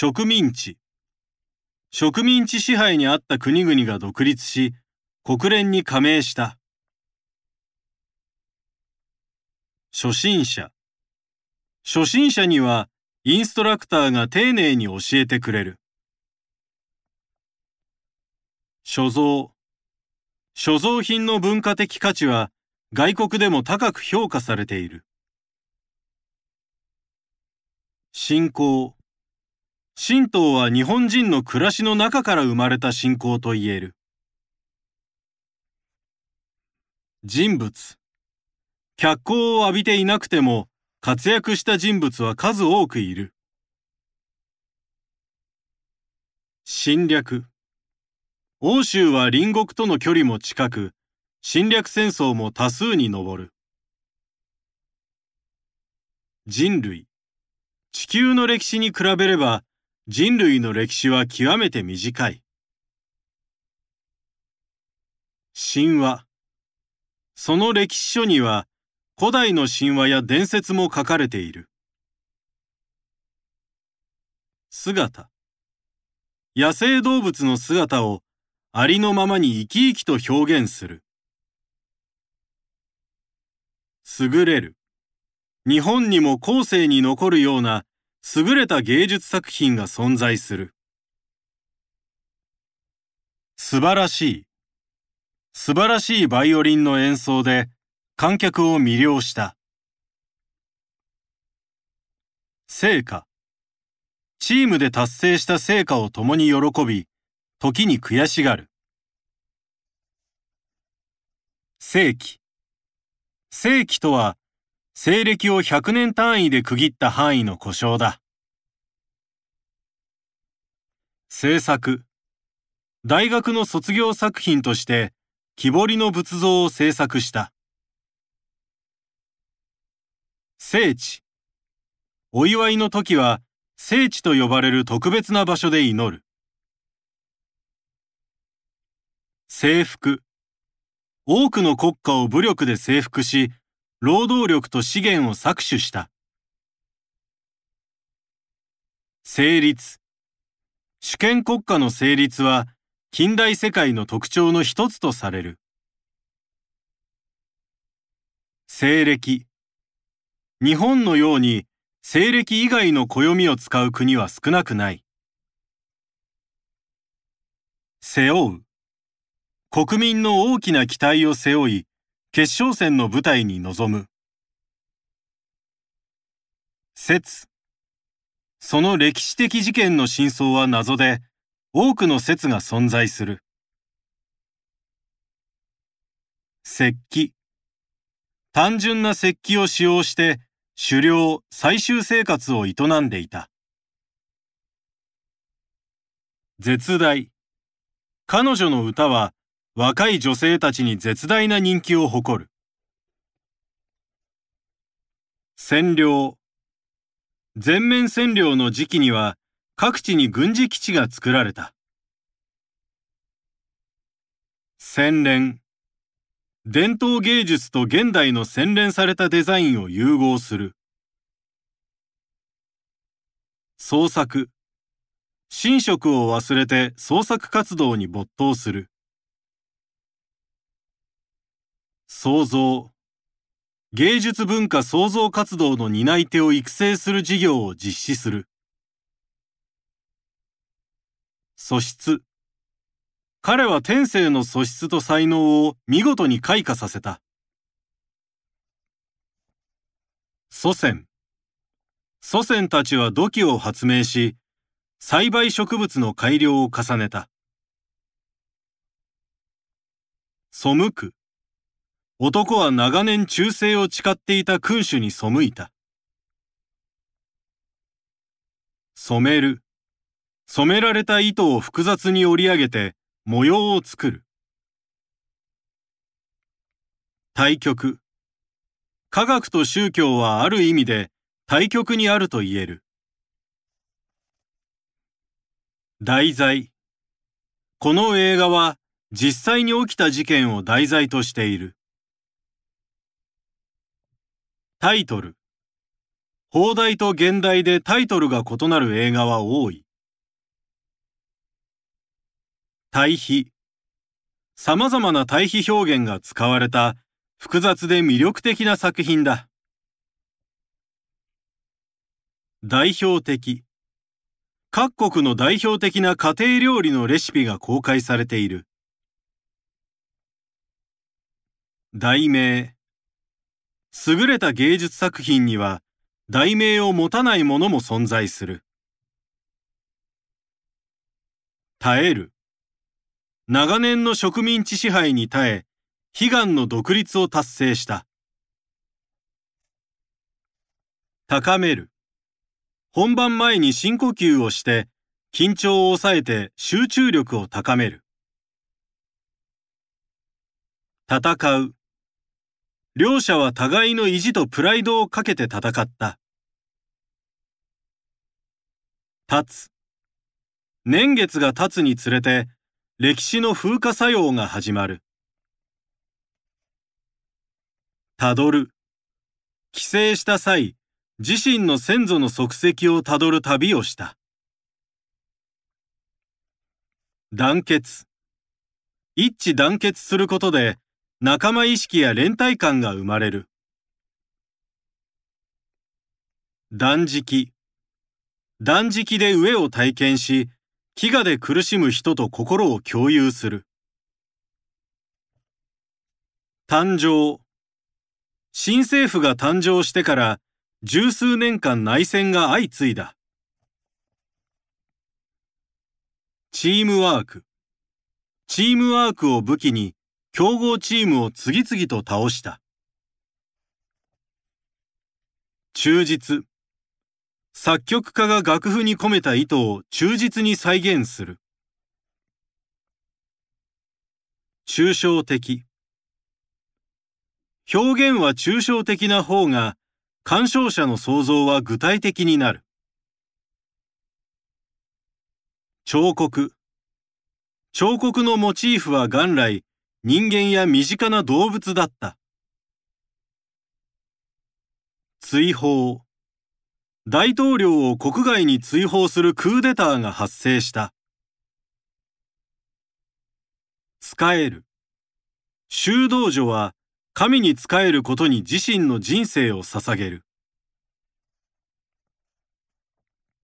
植民地。植民地支配にあった国々が独立し、国連に加盟した。初心者。初心者には、インストラクターが丁寧に教えてくれる。所蔵。所蔵品の文化的価値は、外国でも高く評価されている。信仰。神道は日本人の暮らしの中から生まれた信仰と言える。人物。脚光を浴びていなくても活躍した人物は数多くいる。侵略。欧州は隣国との距離も近く、侵略戦争も多数に上る。人類。地球の歴史に比べれば、人類の歴史は極めて短い。神話。その歴史書には、古代の神話や伝説も書かれている。姿。野生動物の姿をありのままに生き生きと表現する。優れる。日本にも後世に残るような優れた芸術作品が存在する。素晴らしい。素晴らしいバイオリンの演奏で観客を魅了した。成果。チームで達成した成果を共に喜び、時に悔しがる。世紀。世紀とは、西暦を100年単位で区切った範囲の呼称だ。制作。大学の卒業作品として、木彫りの仏像を制作した。聖地。お祝いの時は、聖地と呼ばれる特別な場所で祈る。征服。多くの国家を武力で征服し、労働力と資源を搾取した。成立。主権国家の成立は、近代世界の特徴の一つとされる。西暦。日本のように、西暦以外の暦を使う国は少なくない。背負う。国民の大きな期待を背負い、決勝戦の舞台に臨む。説。その歴史的事件の真相は謎で、多くの説が存在する。石器。単純な石器を使用して、狩猟・採集生活を営んでいた。絶大。彼女の歌は、若い女性たちに絶大な人気を誇る。占領。全面占領の時期には、各地に軍事基地が作られた。洗練。伝統芸術と現代の洗練されたデザインを融合する。創作。寝食を忘れて創作活動に没頭する。創造。芸術文化創造活動の担い手を育成する事業を実施する。素質。彼は天性の素質と才能を見事に開花させた。祖先。祖先たちは土器を発明し、栽培植物の改良を重ねた。背く。男は長年忠誠を誓っていた君主に背いた。染める。染められた糸を複雑に織り上げて模様を作る。対極。科学と宗教はある意味で対極にあると言える。題材。この映画は実際に起きた事件を題材としている。タイトル。邦題と現題でタイトルが異なる映画は多い。 対比。様々な対比表現が使われた複雑で魅力的な作品だ。代表的。各国の代表的な家庭料理のレシピが公開されている。題名。優れた芸術作品には題名を持たないものも存在する。耐える。長年の植民地支配に耐え、悲願の独立を達成した。高める。本番前に深呼吸をして、緊張を抑えて集中力を高める。戦う。両者は互いの意地とプライドをかけて戦った。経つ。年月が経つにつれて、歴史の風化作用が始まる。たどる。帰省した際、自身の先祖の足跡をたどる旅をした。団結。一致団結することで、仲間意識や連帯感が生まれる。断食。断食で飢えを体験し、飢餓で苦しむ人と心を共有する。誕生。新政府が誕生してから十数年間内戦が相次いだ。チームワーク。チームワークを武器に強豪チームを次々と倒した。忠実。作曲家が楽譜に込めた意図を忠実に再現する。抽象的。表現は抽象的な方が、鑑賞者の想像は具体的になる。彫刻。彫刻のモチーフは元来、人間や身近な動物だった。追放。大統領を国外に追放するクーデターが発生した。仕える。修道女は神に仕えることに自身の人生を捧げる。